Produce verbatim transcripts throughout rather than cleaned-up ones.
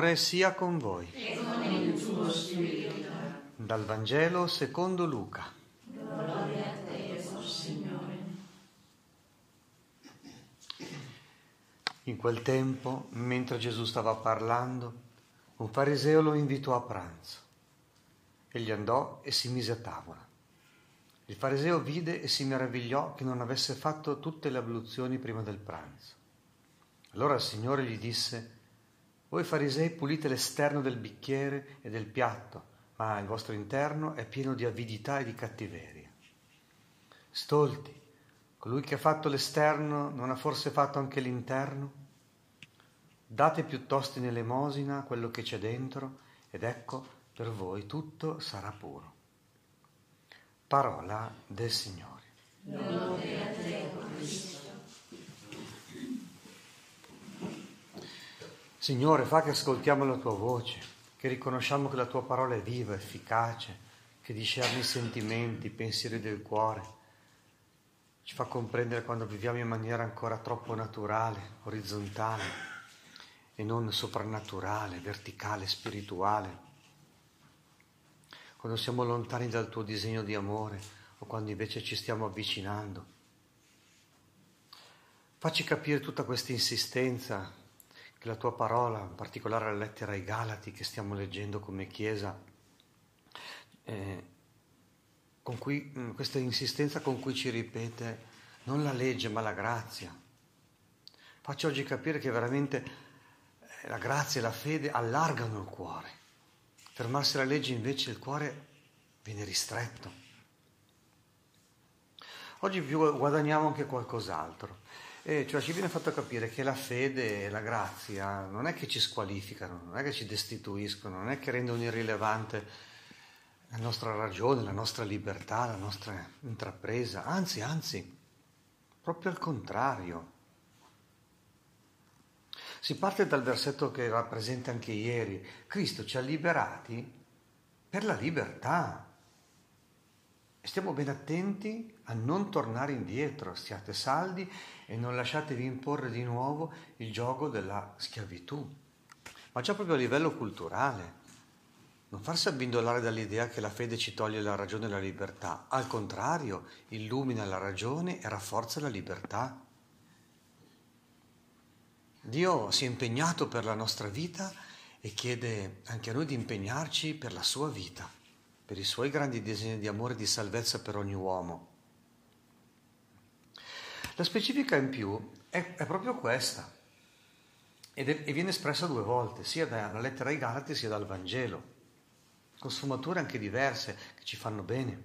Signore sia con voi. E con il tuo spirito. Dal Vangelo secondo Luca. Gloria a te, o Signore. In quel tempo, mentre Gesù stava parlando, un fariseo lo invitò a pranzo. Egli andò e si mise a tavola. Il fariseo vide e si meravigliò che non avesse fatto tutte le abluzioni prima del pranzo. Allora il Signore gli disse: voi farisei pulite l'esterno del bicchiere e del piatto, ma il vostro interno è pieno di avidità e di cattiveria. Stolti, colui che ha fatto l'esterno non ha forse fatto anche l'interno? Date piuttosto in elemosina quello che c'è dentro, ed ecco, per voi tutto sarà puro. Parola del Signore. Lode a te, Cristo. Signore, fa che ascoltiamo la tua voce, che riconosciamo che la tua parola è viva, efficace, che discerne i sentimenti, i pensieri del cuore. Ci fa comprendere quando viviamo in maniera ancora troppo naturale, orizzontale e non soprannaturale, verticale, spirituale. Quando siamo lontani dal tuo disegno di amore o quando invece ci stiamo avvicinando. Facci capire tutta questa insistenza che la tua parola, in particolare la lettera ai Galati che stiamo leggendo come Chiesa, eh, con cui, questa insistenza con cui ci ripete non la legge ma la grazia. Facci oggi capire che veramente la grazia e la fede allargano il cuore. Fermarsi alla legge invece il cuore viene ristretto. Oggi più guadagniamo anche qualcos'altro. E cioè ci viene fatto capire che la fede e la grazia non è che ci squalificano, non è che ci destituiscono, non è che rendono irrilevante la nostra ragione, la nostra libertà, la nostra intrapresa, anzi, anzi, proprio al contrario. Si parte dal versetto che era presente anche ieri: Cristo ci ha liberati per la libertà. E stiamo ben attenti a non tornare indietro, stiate saldi e non lasciatevi imporre di nuovo il giogo della schiavitù. Ma già proprio a livello culturale, non farsi abbindolare dall'idea che la fede ci toglie la ragione e la libertà, al contrario, illumina la ragione e rafforza la libertà. Dio si è impegnato per la nostra vita e chiede anche a noi di impegnarci per la sua vita, per i suoi grandi disegni di amore e di salvezza per ogni uomo. La specifica in più è, è proprio questa, ed è, e viene espressa due volte, sia dalla lettera ai Galati sia dal Vangelo, con sfumature anche diverse che ci fanno bene.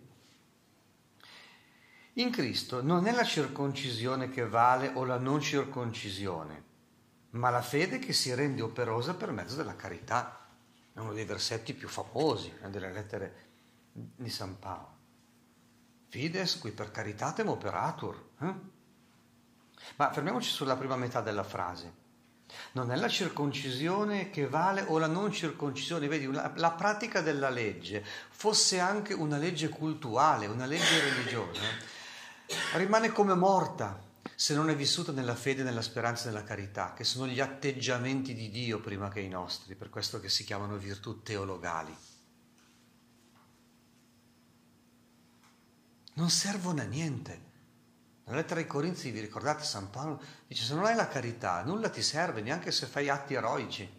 In Cristo non è la circoncisione che vale o la non circoncisione, ma la fede che si rende operosa per mezzo della carità. È uno dei versetti più famosi eh, delle lettere di San Paolo. Fides qui per caritatem operatur. Eh? Ma fermiamoci sulla prima metà della frase. Non è la circoncisione che vale o la non circoncisione. Vedi, la, la pratica della legge, fosse anche una legge cultuale, una legge religiosa, rimane come morta se non è vissuta nella fede, nella speranza e nella carità, che sono gli atteggiamenti di Dio prima che i nostri, per questo che si chiamano virtù teologali. Non servono a niente. Nella lettera ai Corinzi, vi ricordate, San Paolo dice: se non hai la carità, nulla ti serve, neanche se fai atti eroici.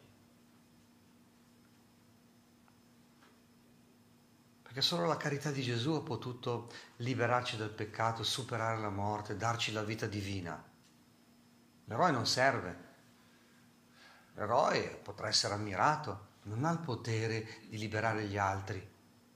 Perché solo la carità di Gesù ha potuto liberarci dal peccato, superare la morte, darci la vita divina. L'eroe non serve. L'eroe potrà essere ammirato, non ha il potere di liberare gli altri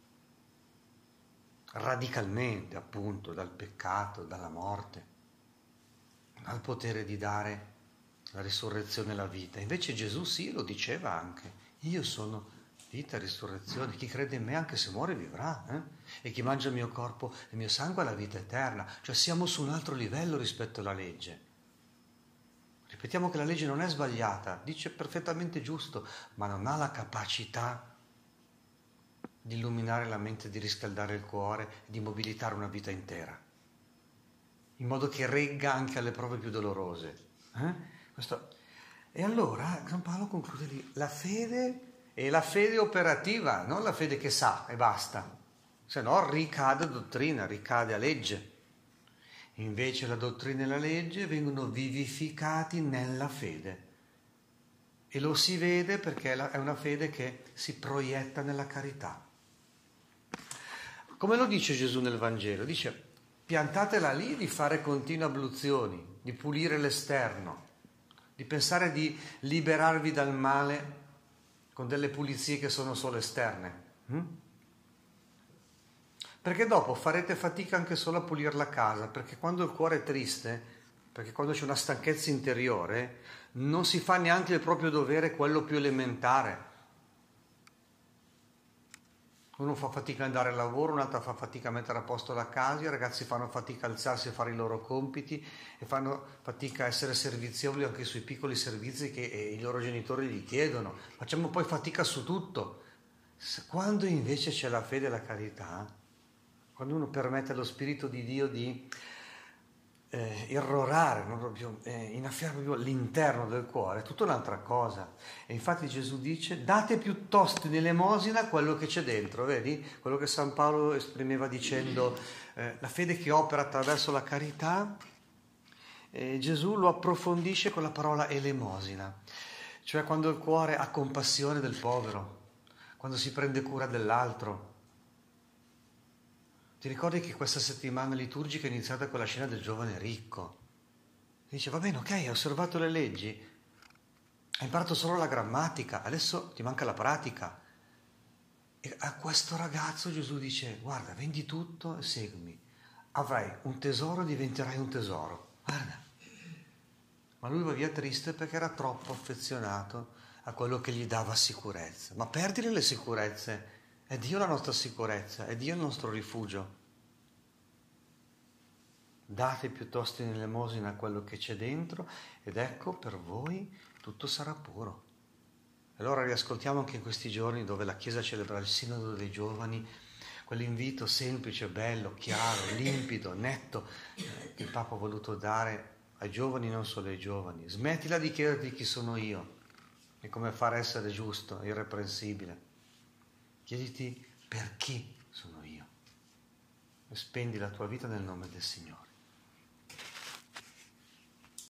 radicalmente, appunto, dal peccato, dalla morte. Non ha il potere di dare la risurrezione e la vita. Invece Gesù sì, lo diceva anche: io sono vita e risurrezione, chi crede in me anche se muore vivrà, eh? E chi mangia il mio corpo e il mio sangue ha la vita eterna. Cioè siamo su un altro livello rispetto alla legge. Ripetiamo che la legge non è sbagliata, dice perfettamente giusto, ma non ha la capacità di illuminare la mente, di riscaldare il cuore, di mobilitare una vita intera, in modo che regga anche alle prove più dolorose. Eh? Questo E allora San Paolo conclude lì, la fede è la fede operativa, non la fede che sa e basta, se no ricade a dottrina, ricade a legge. Invece la dottrina e la legge vengono vivificati nella fede. E lo si vede perché è una fede che si proietta nella carità. Come lo dice Gesù nel Vangelo? Dice, piantatela lì di fare continue abluzioni, di pulire l'esterno, di pensare di liberarvi dal male con delle pulizie che sono solo esterne. Hm? Perché dopo farete fatica anche solo a pulire la casa, perché quando il cuore è triste, perché quando c'è una stanchezza interiore, non si fa neanche il proprio dovere, quello più elementare. Uno fa fatica ad andare al lavoro, un altro fa fatica a mettere a posto la casa, i ragazzi fanno fatica a alzarsi a fare i loro compiti e fanno fatica a essere servizievoli anche sui piccoli servizi che i loro genitori gli chiedono. Facciamo poi fatica su tutto. Quando invece c'è la fede e la carità, quando uno permette allo Spirito di Dio di eh, irrorare, non proprio, eh, innaffiare proprio l'interno del cuore, è tutta un'altra cosa. E infatti Gesù dice, date piuttosto in elemosina quello che c'è dentro, vedi? Quello che San Paolo esprimeva dicendo, eh, la fede che opera attraverso la carità, eh, Gesù lo approfondisce con la parola elemosina, cioè quando il cuore ha compassione del povero, quando si prende cura dell'altro. Ti ricordi che questa settimana liturgica è iniziata con la scena del giovane ricco? Dice, va bene, ok, hai osservato le leggi, hai imparato solo la grammatica, adesso ti manca la pratica. E a questo ragazzo Gesù dice, guarda, vendi tutto e seguimi. Avrai un tesoro, diventerai un tesoro. Guarda. Ma lui va via triste perché era troppo affezionato a quello che gli dava sicurezza. Ma perdere le sicurezze. È Dio la nostra sicurezza, è Dio il nostro rifugio. Date piuttosto in elemosina quello che c'è dentro ed ecco per voi tutto sarà puro. Allora riascoltiamo anche in questi giorni dove la Chiesa celebra il Sinodo dei Giovani, quell'invito semplice, bello, chiaro, limpido, netto che il Papa ha voluto dare ai giovani, non solo ai giovani. Smettila di chiederti chi sono io e come fare essere giusto, irreprensibile. Chiediti per chi sono io e spendi la tua vita nel nome del Signore.